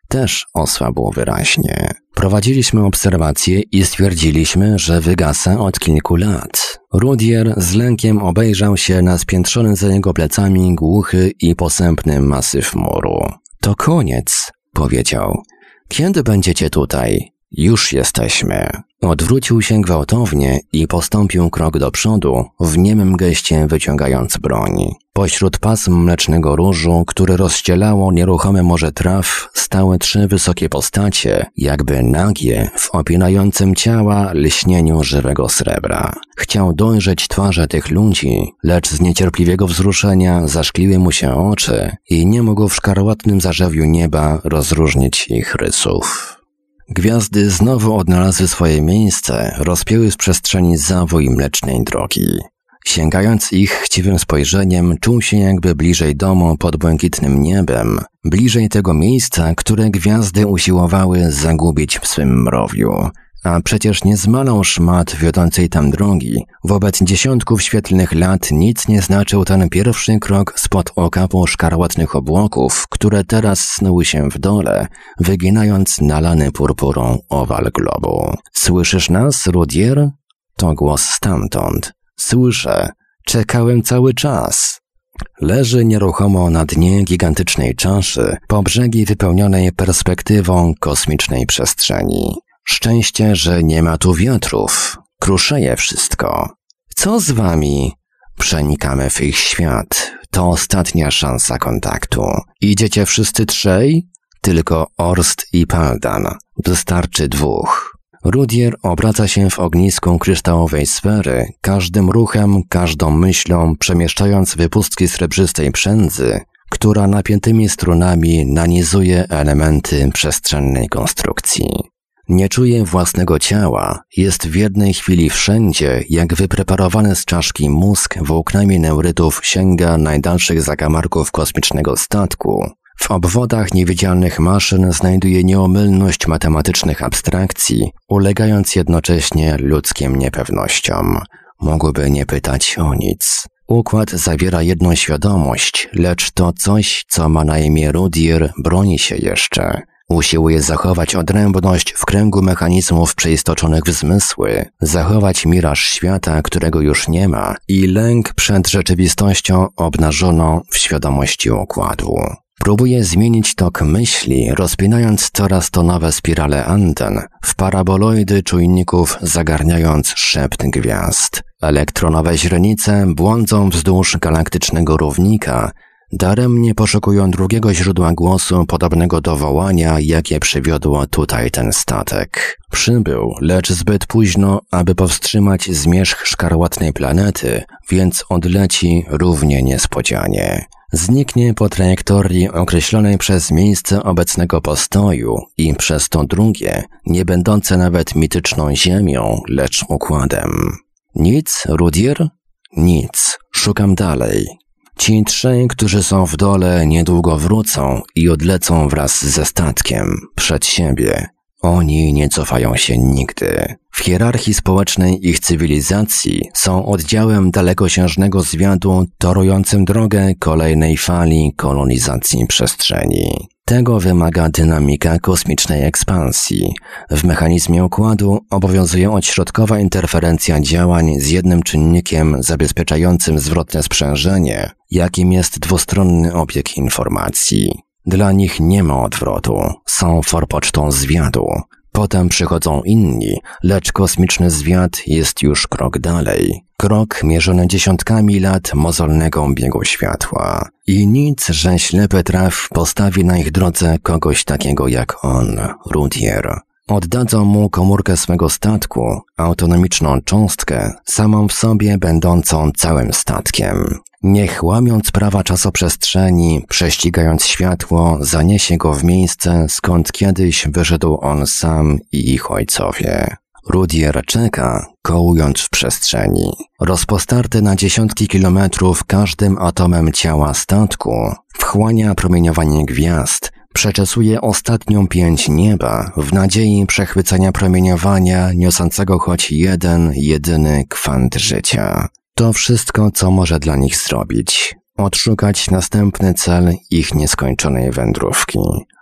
też osłabł wyraźnie. Prowadziliśmy obserwacje i stwierdziliśmy, że wygasa od kilku lat. Rudier z lękiem obejrzał się na spiętrzony za jego plecami głuchy i posępny masyw muru. To koniec, powiedział. Kiedy będziecie tutaj? Już jesteśmy. Odwrócił się gwałtownie i postąpił krok do przodu, w niemym geście wyciągając broń. Pośród pasm mlecznego różu, które rozścielało nieruchome morze traw, stały 3 wysokie postacie, jakby nagie, w opinającym ciała lśnieniu żywego srebra. Chciał dojrzeć twarze tych ludzi, lecz z niecierpliwego wzruszenia zaszkliły mu się oczy i nie mógł w szkarłatnym zarzewiu nieba rozróżnić ich rysów. Gwiazdy znowu odnalazły swoje miejsce, rozpięły w przestrzeni zawój mlecznej drogi. Sięgając ich chciwym spojrzeniem, czuł się jakby bliżej domu pod błękitnym niebem, bliżej tego miejsca, które gwiazdy usiłowały zagubić w swym mrowiu. A przecież nie zmalał szmat wiodącej tam drogi. Wobec dziesiątków świetlnych lat nic nie znaczył ten pierwszy krok spod okapu szkarłatnych obłoków, które teraz snuły się w dole, wyginając nalany purpurą owal globu. Słyszysz nas, Rudier? To głos stamtąd. Słyszę. Czekałem cały czas. Leży nieruchomo na dnie gigantycznej czaszy, po brzegi wypełnionej perspektywą kosmicznej przestrzeni. Szczęście, że nie ma tu wiatrów. Kruszeje wszystko. Co z wami? Przenikamy w ich świat. To ostatnia szansa kontaktu. Idziecie wszyscy 3? Tylko Orst i Paldan. Wystarczy 2. Rudier obraca się w ognisku kryształowej sfery, każdym ruchem, każdą myślą przemieszczając wypustki srebrzystej przędzy, która napiętymi strunami nanizuje elementy przestrzennej konstrukcji. Nie czuje własnego ciała, jest w jednej chwili wszędzie, jak wypreparowany z czaszki mózg włóknami neurytów sięga najdalszych zakamarków kosmicznego statku. W obwodach niewidzialnych maszyn znajduje nieomylność matematycznych abstrakcji, ulegając jednocześnie ludzkim niepewnościom. Mógłby nie pytać o nic. Układ zawiera jedną świadomość, lecz to coś, co ma na imię Rudier, broni się jeszcze. Usiłuje zachować odrębność w kręgu mechanizmów przeistoczonych w zmysły, zachować miraż świata, którego już nie ma i lęk przed rzeczywistością obnażoną w świadomości układu. Próbuje zmienić tok myśli, rozpinając coraz to nowe spirale anten, w paraboloidy czujników zagarniając szept gwiazd. Elektronowe źrenice błądzą wzdłuż galaktycznego równika, daremnie poszukują drugiego źródła głosu podobnego do wołania, jakie przywiodło tutaj ten statek. Przybył, lecz zbyt późno, aby powstrzymać zmierzch szkarłatnej planety, więc odleci równie niespodzianie. Zniknie po trajektorii określonej przez miejsce obecnego postoju i przez to drugie, nie będące nawet mityczną ziemią, lecz układem. Nic, Rudier? Nic. Szukam dalej. Ci 3, którzy są w dole, niedługo wrócą i odlecą wraz ze statkiem, przed siebie. Oni nie cofają się nigdy. W hierarchii społecznej ich cywilizacji są oddziałem dalekosiężnego zwiadu torującym drogę kolejnej fali kolonizacji przestrzeni. Tego wymaga dynamika kosmicznej ekspansji. W mechanizmie układu obowiązuje odśrodkowa interferencja działań z jednym czynnikiem zabezpieczającym zwrotne sprzężenie, jakim jest dwustronny obieg informacji. Dla nich nie ma odwrotu, są forpocztą zwiadu. Potem przychodzą inni, lecz kosmiczny zwiad jest już krok dalej. Krok mierzony dziesiątkami lat mozolnego biegu światła. I nic, że ślepy traf postawi na ich drodze kogoś takiego jak on, Rudier. Oddadzą mu komórkę swego statku, autonomiczną cząstkę, samą w sobie będącą całym statkiem. Niech łamiąc prawa czasoprzestrzeni, prześcigając światło, zaniesie go w miejsce, skąd kiedyś wyszedł on sam i ich ojcowie. Rudier czeka, kołując w przestrzeni. Rozpostarty na dziesiątki kilometrów każdym atomem ciała statku, wchłania promieniowanie gwiazd, przeczesuje ostatnią pięć nieba w nadziei przechwycenia promieniowania niosącego choć jeden, jedyny kwant życia. To wszystko, co może dla nich zrobić. Odszukać następny cel ich nieskończonej wędrówki.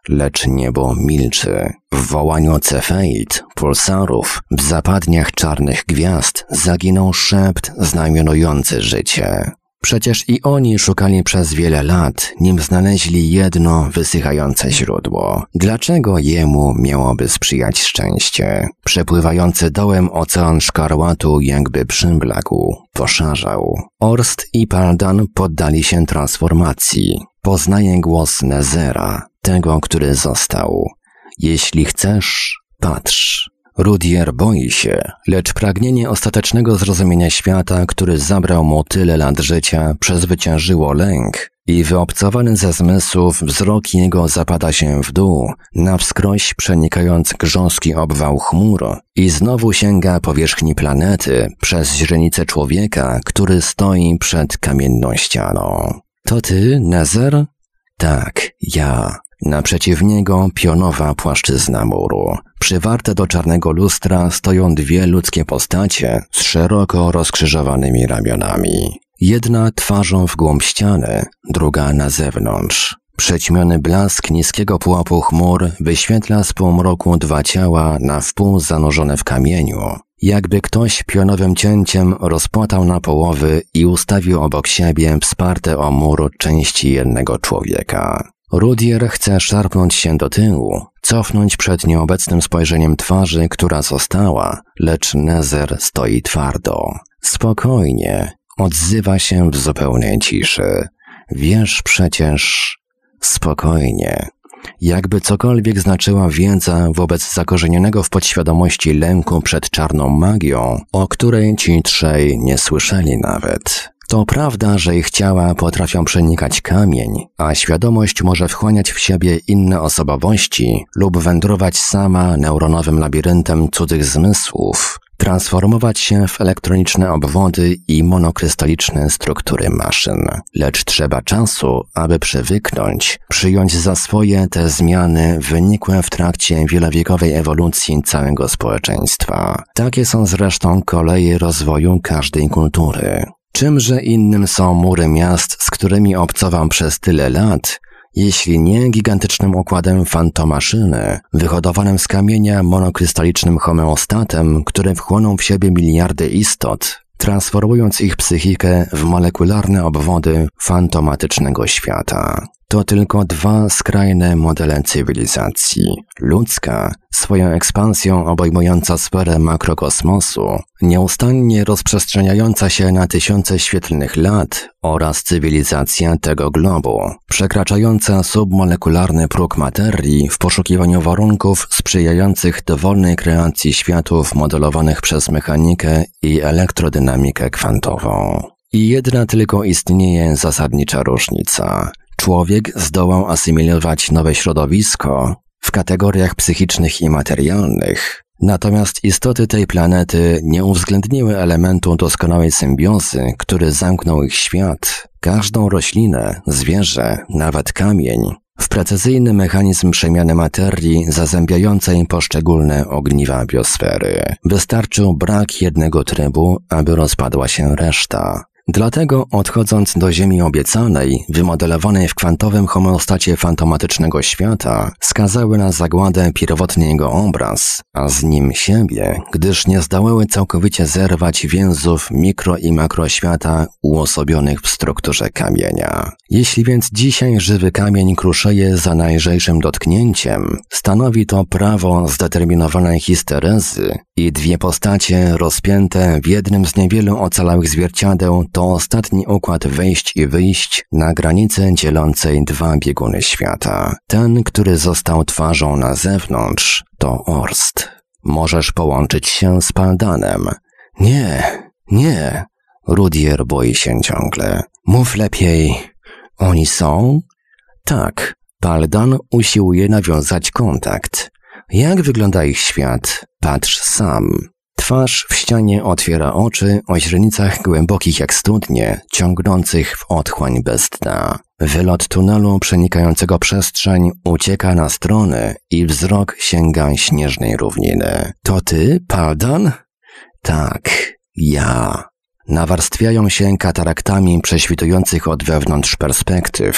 lecz niebo milczy. W wołaniu cefeit, pulsarów, w zapadniach czarnych gwiazd zaginął szept znamionujący życie. Przecież i oni szukali przez wiele lat, nim znaleźli jedno wysychające źródło. Dlaczego jemu miałoby sprzyjać szczęście? Przepływający dołem ocean szkarłatu jakby przymblakł, poszarzał. Orst i Paldan poddali się transformacji. Poznaje głos Nezera, tego, który został. Jeśli chcesz, patrz. Rudier boi się, lecz pragnienie ostatecznego zrozumienia świata, który zabrał mu tyle lat życia, przezwyciężyło lęk i wyobcowany ze zmysłów wzrok jego zapada się w dół, na wskroś przenikając grząski obwał chmur i znowu sięga powierzchni planety przez źrenicę człowieka, który stoi przed kamienną ścianą. To ty, Nezer? Tak, ja. Naprzeciw niego pionowa płaszczyzna muru. Przywarte do czarnego lustra stoją dwie ludzkie postacie z szeroko rozkrzyżowanymi ramionami. Jedna twarzą w głąb ściany, druga na zewnątrz. Przećmiony blask niskiego pułapu chmur wyświetla z półmroku dwa ciała na wpół zanurzone w kamieniu. Jakby ktoś pionowym cięciem rozpłatał na połowy i ustawił obok siebie wsparte o mur części jednego człowieka. Rudier chce szarpnąć się do tyłu, cofnąć przed nieobecnym spojrzeniem twarzy, która została, lecz Nezer stoi twardo. Spokojnie, odzywa się w zupełnej ciszy. Wiesz przecież... Spokojnie. Jakby cokolwiek znaczyła wiedza wobec zakorzenionego w podświadomości lęku przed czarną magią, o której ci trzej nie słyszeli nawet. To prawda, że ich ciała potrafią przenikać kamień, a świadomość może wchłaniać w siebie inne osobowości lub wędrować sama neuronowym labiryntem cudzych zmysłów, transformować się w elektroniczne obwody i monokrystaliczne struktury maszyn. Lecz trzeba czasu, aby przywyknąć, przyjąć za swoje te zmiany wynikłe w trakcie wielowiekowej ewolucji całego społeczeństwa. Takie są zresztą koleje rozwoju każdej kultury. Czymże innym są mury miast, z którymi obcowam przez tyle lat, jeśli nie gigantycznym układem fantomaszyny, wyhodowanym z kamienia monokrystalicznym homeostatem, który wchłonął w siebie miliardy istot, transformując ich psychikę w molekularne obwody fantomatycznego świata. To tylko dwa skrajne modele cywilizacji. Ludzka, swoją ekspansją obejmująca sferę makrokosmosu, nieustannie rozprzestrzeniająca się na tysiące świetlnych lat oraz cywilizacja tego globu, przekraczająca submolekularny próg materii w poszukiwaniu warunków sprzyjających dowolnej kreacji światów modelowanych przez mechanikę i elektrodynamikę kwantową. I jedna tylko istnieje zasadnicza różnica. Człowiek zdołał asymilować nowe środowisko w kategoriach psychicznych i materialnych, natomiast istoty tej planety nie uwzględniły elementu doskonałej symbiozy, który zamknął ich świat, każdą roślinę, zwierzę, nawet kamień, w precyzyjny mechanizm przemiany materii zazębiającej poszczególne ogniwa biosfery. Wystarczył brak jednego trybu, aby rozpadła się reszta. Dlatego odchodząc do Ziemi obiecanej, wymodelowanej w kwantowym homeostacie fantomatycznego świata, skazały na zagładę pierwotny jego obraz, a z nim siebie, gdyż nie zdołały całkowicie zerwać więzów mikro- i makroświata uosobionych w strukturze kamienia. Jeśli więc dzisiaj żywy kamień kruszeje za najlżejszym dotknięciem, stanowi to prawo zdeterminowanej histerezy i dwie postacie rozpięte w jednym z niewielu ocalałych zwierciadeł to ostatni układ wejść i wyjść na granicę dzielącej dwa bieguny świata. Ten, który został twarzą na zewnątrz, to Orst. Możesz połączyć się z Paldanem. Nie. Rudier boi się ciągle. Mów lepiej. Oni są? Tak. Paldan usiłuje nawiązać kontakt. Jak wygląda ich świat? Patrz sam. Twarz w ścianie otwiera oczy o źrenicach głębokich jak studnie, ciągnących w otchłań bez dna. Wylot tunelu przenikającego przestrzeń ucieka na strony i wzrok sięga śnieżnej równiny. To ty, Paldan? Tak, ja. Nawarstwiają się kataraktami prześwitujących od wewnątrz perspektyw.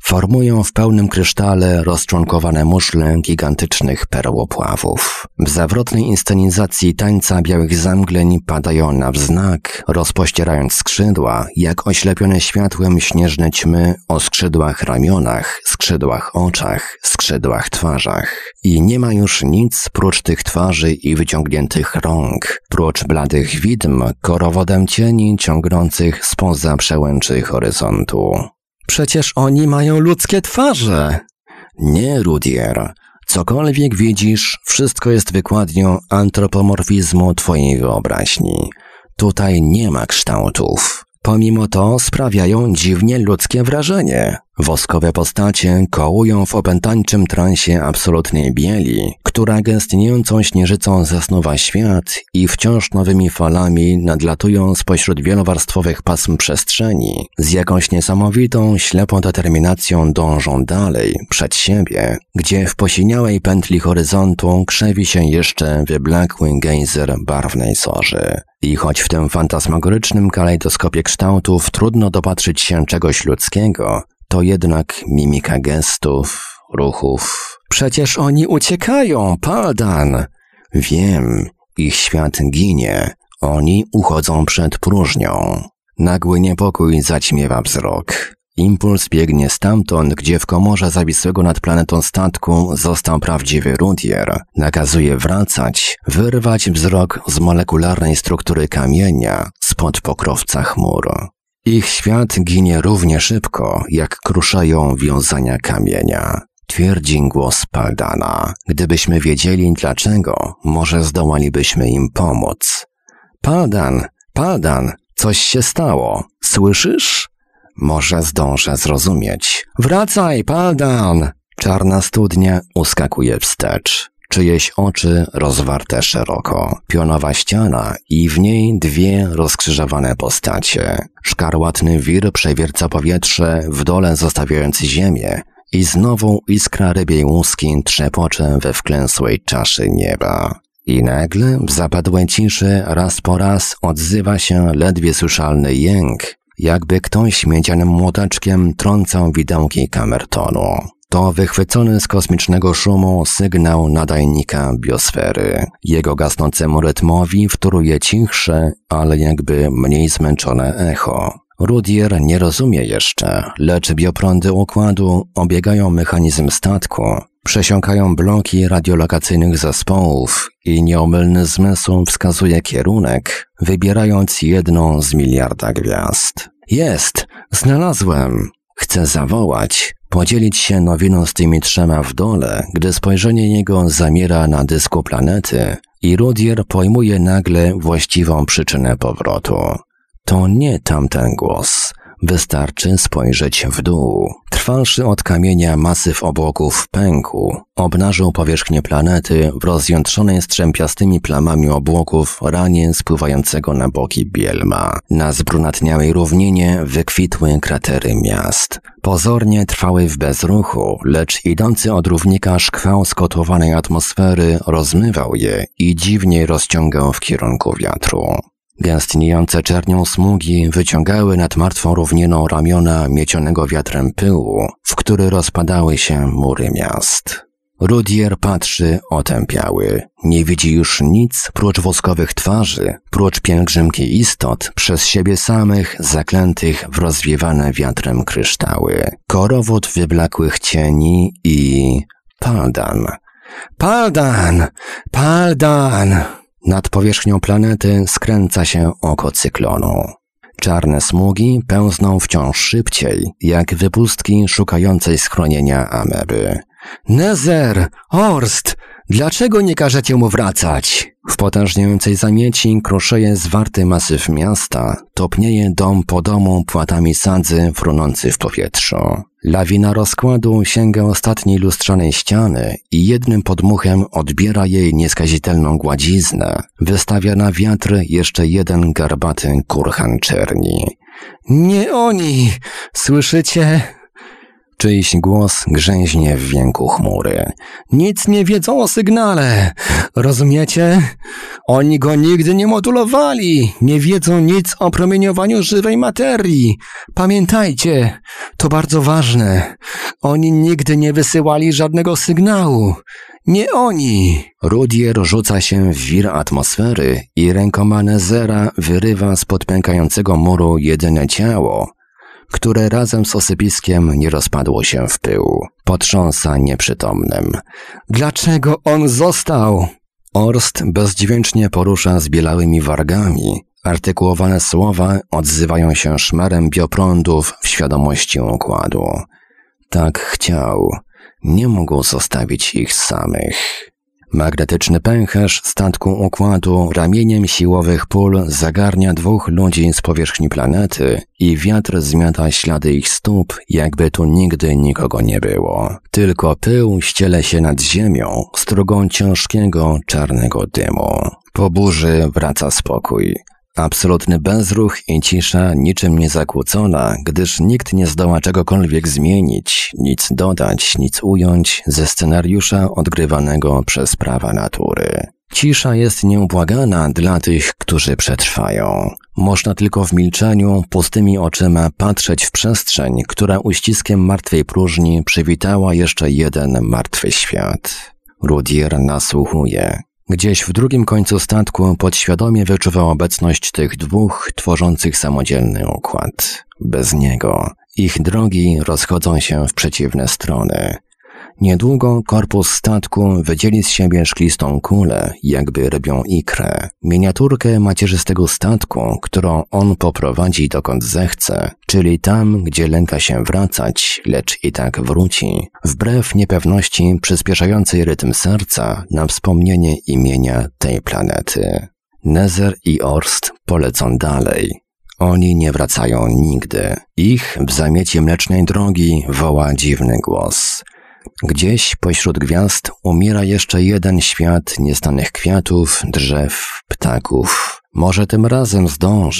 Formują w pełnym krysztale rozczłonkowane muszle gigantycznych perłopławów. W zawrotnej inscenizacji tańca białych zamgleń padają na wznak, rozpościerając skrzydła, jak oślepione światłem śnieżne ćmy o skrzydłach ramionach, skrzydłach oczach, skrzydłach twarzach. I nie ma już nic prócz tych twarzy i wyciągniętych rąk, prócz bladych widm, korowodem cieni ciągnących spoza przełęczy horyzontu. Przecież oni mają ludzkie twarze. Nie, Rudier. Cokolwiek widzisz, wszystko jest wykładnią antropomorfizmu twojej wyobraźni. Tutaj nie ma kształtów. Pomimo to sprawiają dziwnie ludzkie wrażenie. Woskowe postacie kołują w opętańczym transie absolutnej bieli, która gęstniejącą śnieżycą zasnuwa świat i wciąż nowymi falami nadlatują spośród wielowarstwowych pasm przestrzeni, z jakąś niesamowitą, ślepą determinacją dążą dalej, przed siebie, gdzie w posiniałej pętli horyzontu krzewi się jeszcze wyblakły gejzer barwnej zorzy. I choć w tym fantasmagorycznym kalejdoskopie kształtów trudno dopatrzyć się czegoś ludzkiego, to jednak mimika gestów, ruchów. Przecież oni uciekają, Paldan! Wiem, ich świat ginie. Oni uchodzą przed próżnią. Nagły niepokój zaćmiewa wzrok. Impuls biegnie stamtąd, gdzie w komorze zawisłego nad planetą statku został prawdziwy Rudier. Nakazuje wracać, wyrwać wzrok z molekularnej struktury kamienia spod pokrowca chmur. Ich świat ginie równie szybko, jak kruszają wiązania kamienia. Twierdzi głos Paldana. Gdybyśmy wiedzieli dlaczego, może zdołalibyśmy im pomóc. Paldan, coś się stało. Słyszysz? Może zdążę zrozumieć. Wracaj, Paldan! Czarna studnia uskakuje wstecz. Czyjeś oczy rozwarte szeroko. Pionowa ściana i w niej dwie rozkrzyżowane postacie. Szkarłatny wir przewierca powietrze, w dole zostawiając ziemię i znowu iskra rybiej łuski trzepocze we wklęsłej czaszy nieba. I nagle w zapadłej ciszy raz po raz odzywa się ledwie słyszalny jęk, jakby ktoś miedzianym młoteczkiem trącał widełki kamertonu. To wychwycony z kosmicznego szumu sygnał nadajnika biosfery. Jego gasnącemu rytmowi wtóruje cichsze, ale jakby mniej zmęczone echo. Rudier nie rozumie jeszcze, lecz bioprądy układu obiegają mechanizm statku, przesiąkają bloki radiolokacyjnych zespołów i nieomylny zmysł wskazuje kierunek, wybierając jedną z miliarda gwiazd. Jest! Znalazłem! Chce zawołać, podzielić się nowiną z tymi trzema w dole, gdy spojrzenie jego zamiera na dysku planety i Rudier pojmuje nagle właściwą przyczynę powrotu. To nie tamten głos. Wystarczy spojrzeć w dół. Trwalszy od kamienia masyw obłoków pękł, obnażył powierzchnię planety w rozjątrzonej strzępiastymi plamami obłoków ranie spływającego na boki bielma. Na zbrunatniałej równinie wykwitły kratery miast. Pozornie trwały w bezruchu, lecz idący od równika szkwał skotłowanej atmosfery rozmywał je i dziwnie rozciągał w kierunku wiatru. Gęstniejące czernią smugi wyciągały nad martwą równiną ramiona miecionego wiatrem pyłu, w który rozpadały się mury miast. Rudier patrzy otępiały. Nie widzi już nic prócz woskowych twarzy, prócz pielgrzymki istot, przez siebie samych zaklętych w rozwiewane wiatrem kryształy. Korowód wyblakłych cieni i... Paldan! Nad powierzchnią planety skręca się oko cyklonu. Czarne smugi pełzną wciąż szybciej, jak wypustki szukającej schronienia ameby. Nezer! Horst! Dlaczego nie każecie mu wracać? W potężniejącej zamieci kruszeje zwarty masyw miasta, topnieje dom po domu płatami sadzy frunący w powietrzu. Lawina rozkładu sięga ostatniej lustrzanej ściany i jednym podmuchem odbiera jej nieskazitelną gładziznę. Wystawia na wiatr jeszcze jeden garbaty kurhan czerni. Nie oni! Słyszycie? Czyjś głos grzęźnie w wienku chmury. Nic nie wiedzą o sygnale. Rozumiecie? Oni go nigdy nie modulowali. Nie wiedzą nic o promieniowaniu żywej materii. Pamiętajcie, to bardzo ważne. Oni nigdy nie wysyłali żadnego sygnału. Nie oni! Rudier rzuca się w wir atmosfery i rękoma Nezera wyrywa spod pękającego muru jedyne ciało, które razem z osypiskiem nie rozpadło się w pył. Potrząsa nieprzytomnym. Dlaczego on został? Orst bezdźwięcznie porusza zbielałymi wargami. Artykułowane słowa odzywają się szmerem bioprądów w świadomości układu. Tak chciał. Nie mógł zostawić ich samych. Magnetyczny pęcherz statku układu ramieniem siłowych pól zagarnia 2 ludzi z powierzchni planety i wiatr zmiata ślady ich stóp, jakby tu nigdy nikogo nie było. Tylko pył ściele się nad ziemią strugą ciężkiego, czarnego dymu. Po burzy wraca spokój. Absolutny bezruch i cisza niczym nie zakłócona, gdyż nikt nie zdoła czegokolwiek zmienić, nic dodać, nic ująć ze scenariusza odgrywanego przez prawa natury. Cisza jest nieubłagana dla tych, którzy przetrwają. Można tylko w milczeniu, pustymi oczyma patrzeć w przestrzeń, która uściskiem martwej próżni przywitała jeszcze jeden martwy świat. Rudier nasłuchuje. Gdzieś w drugim końcu statku podświadomie wyczuwał obecność tych 2 tworzących samodzielny układ. Bez niego ich drogi rozchodzą się w przeciwne strony. Niedługo korpus statku wydzieli z siebie szklistą kulę, jakby rybią ikrę. Miniaturkę macierzystego statku, którą on poprowadzi dokąd zechce, czyli tam, gdzie lęka się wracać, lecz i tak wróci, wbrew niepewności przyspieszającej rytm serca na wspomnienie imienia tej planety. Nezer i Orst polecą dalej. Oni nie wracają nigdy. Ich w zamiecie mlecznej drogi woła dziwny głos. Gdzieś pośród gwiazd umiera jeszcze jeden świat nieznanych kwiatów, drzew, ptaków. Może tym razem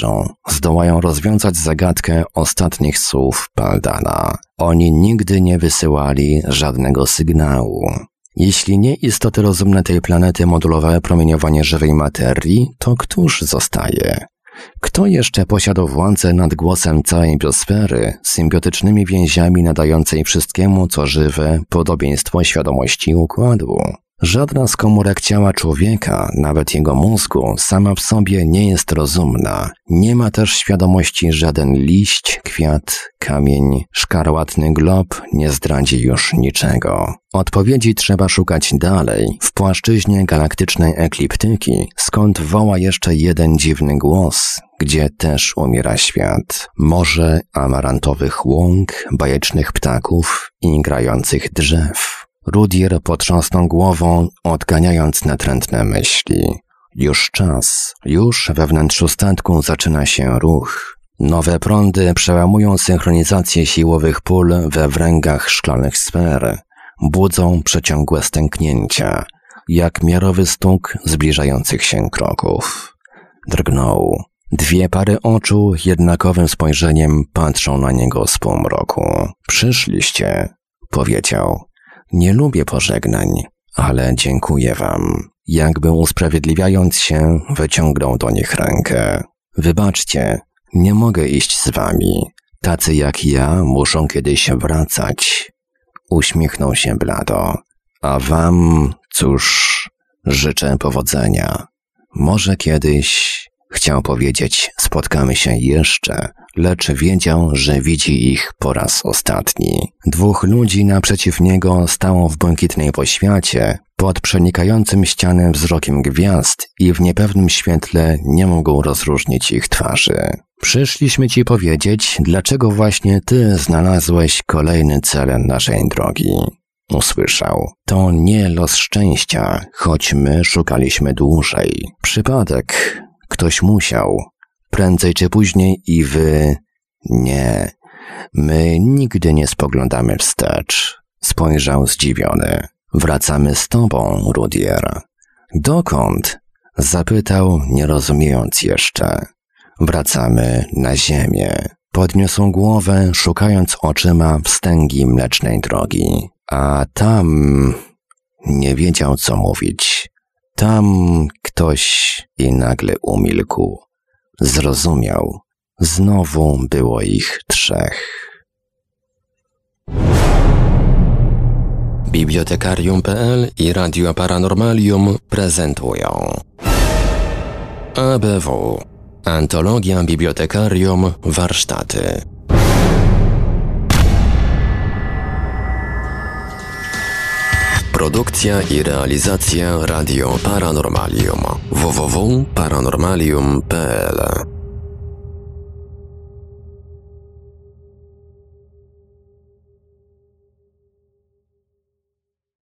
zdołają rozwiązać zagadkę ostatnich słów Paldana. Oni nigdy nie wysyłali żadnego sygnału. Jeśli nie istoty rozumne tej planety modulowały promieniowanie żywej materii, to któż zostaje? Kto jeszcze posiadał władzę nad głosem całej biosfery, symbiotycznymi więziami nadającej wszystkiemu, co żywe, podobieństwo świadomości układu? Żadna z komórek ciała człowieka, nawet jego mózgu, sama w sobie nie jest rozumna. Nie ma też świadomości żaden liść, kwiat, kamień, szkarłatny glob nie zdradzi już niczego. Odpowiedzi trzeba szukać dalej, w płaszczyźnie galaktycznej ekliptyki, skąd woła jeszcze jeden dziwny głos, gdzie też umiera świat. Morze amarantowych łąk, bajecznych ptaków i grających drzew. Rudier potrząsnął głową, odganiając natrętne myśli. Już czas, już we wnętrzu statku zaczyna się ruch. Nowe prądy przełamują synchronizację siłowych pól we wręgach szklanych sfer. Budzą przeciągłe stęknięcia, jak miarowy stuk zbliżających się kroków. Drgnął. 2 pary oczu jednakowym spojrzeniem patrzą na niego z półmroku. Przyszliście, powiedział. Nie lubię pożegnań, ale dziękuję wam. Jakby usprawiedliwiając się, wyciągnął do nich rękę. Wybaczcie, nie mogę iść z wami. Tacy jak ja muszą kiedyś wracać. Uśmiechnął się blado. A wam, cóż, życzę powodzenia. Może kiedyś, chciał powiedzieć, spotkamy się jeszcze, lecz wiedział, że widzi ich po raz ostatni. 2 ludzi naprzeciw niego stało w błękitnej poświacie, pod przenikającym ścianę wzrokiem gwiazd i w niepewnym świetle nie mógł rozróżnić ich twarzy. Przyszliśmy ci powiedzieć, dlaczego właśnie ty znalazłeś kolejny cel naszej drogi. Usłyszał. To nie los szczęścia, choć my szukaliśmy dłużej. Przypadek. Ktoś musiał. Prędzej czy później i wy... Nie. My nigdy nie spoglądamy wstecz. Spojrzał zdziwiony. Wracamy z tobą, Rudier. Dokąd? Zapytał, nie rozumiejąc jeszcze. Wracamy na ziemię. Podniósł głowę, szukając oczyma wstęgi mlecznej drogi. A tam... nie wiedział, co mówić. Tam ktoś i nagle umilkł. Zrozumiał. Znowu było ich 3. Bibliotekarium.pl i Radio Paranormalium prezentują ABW. Antologia Bibliotekarium Warsztaty. Produkcja i realizacja Radio Paranormalium. www.paranormalium.pl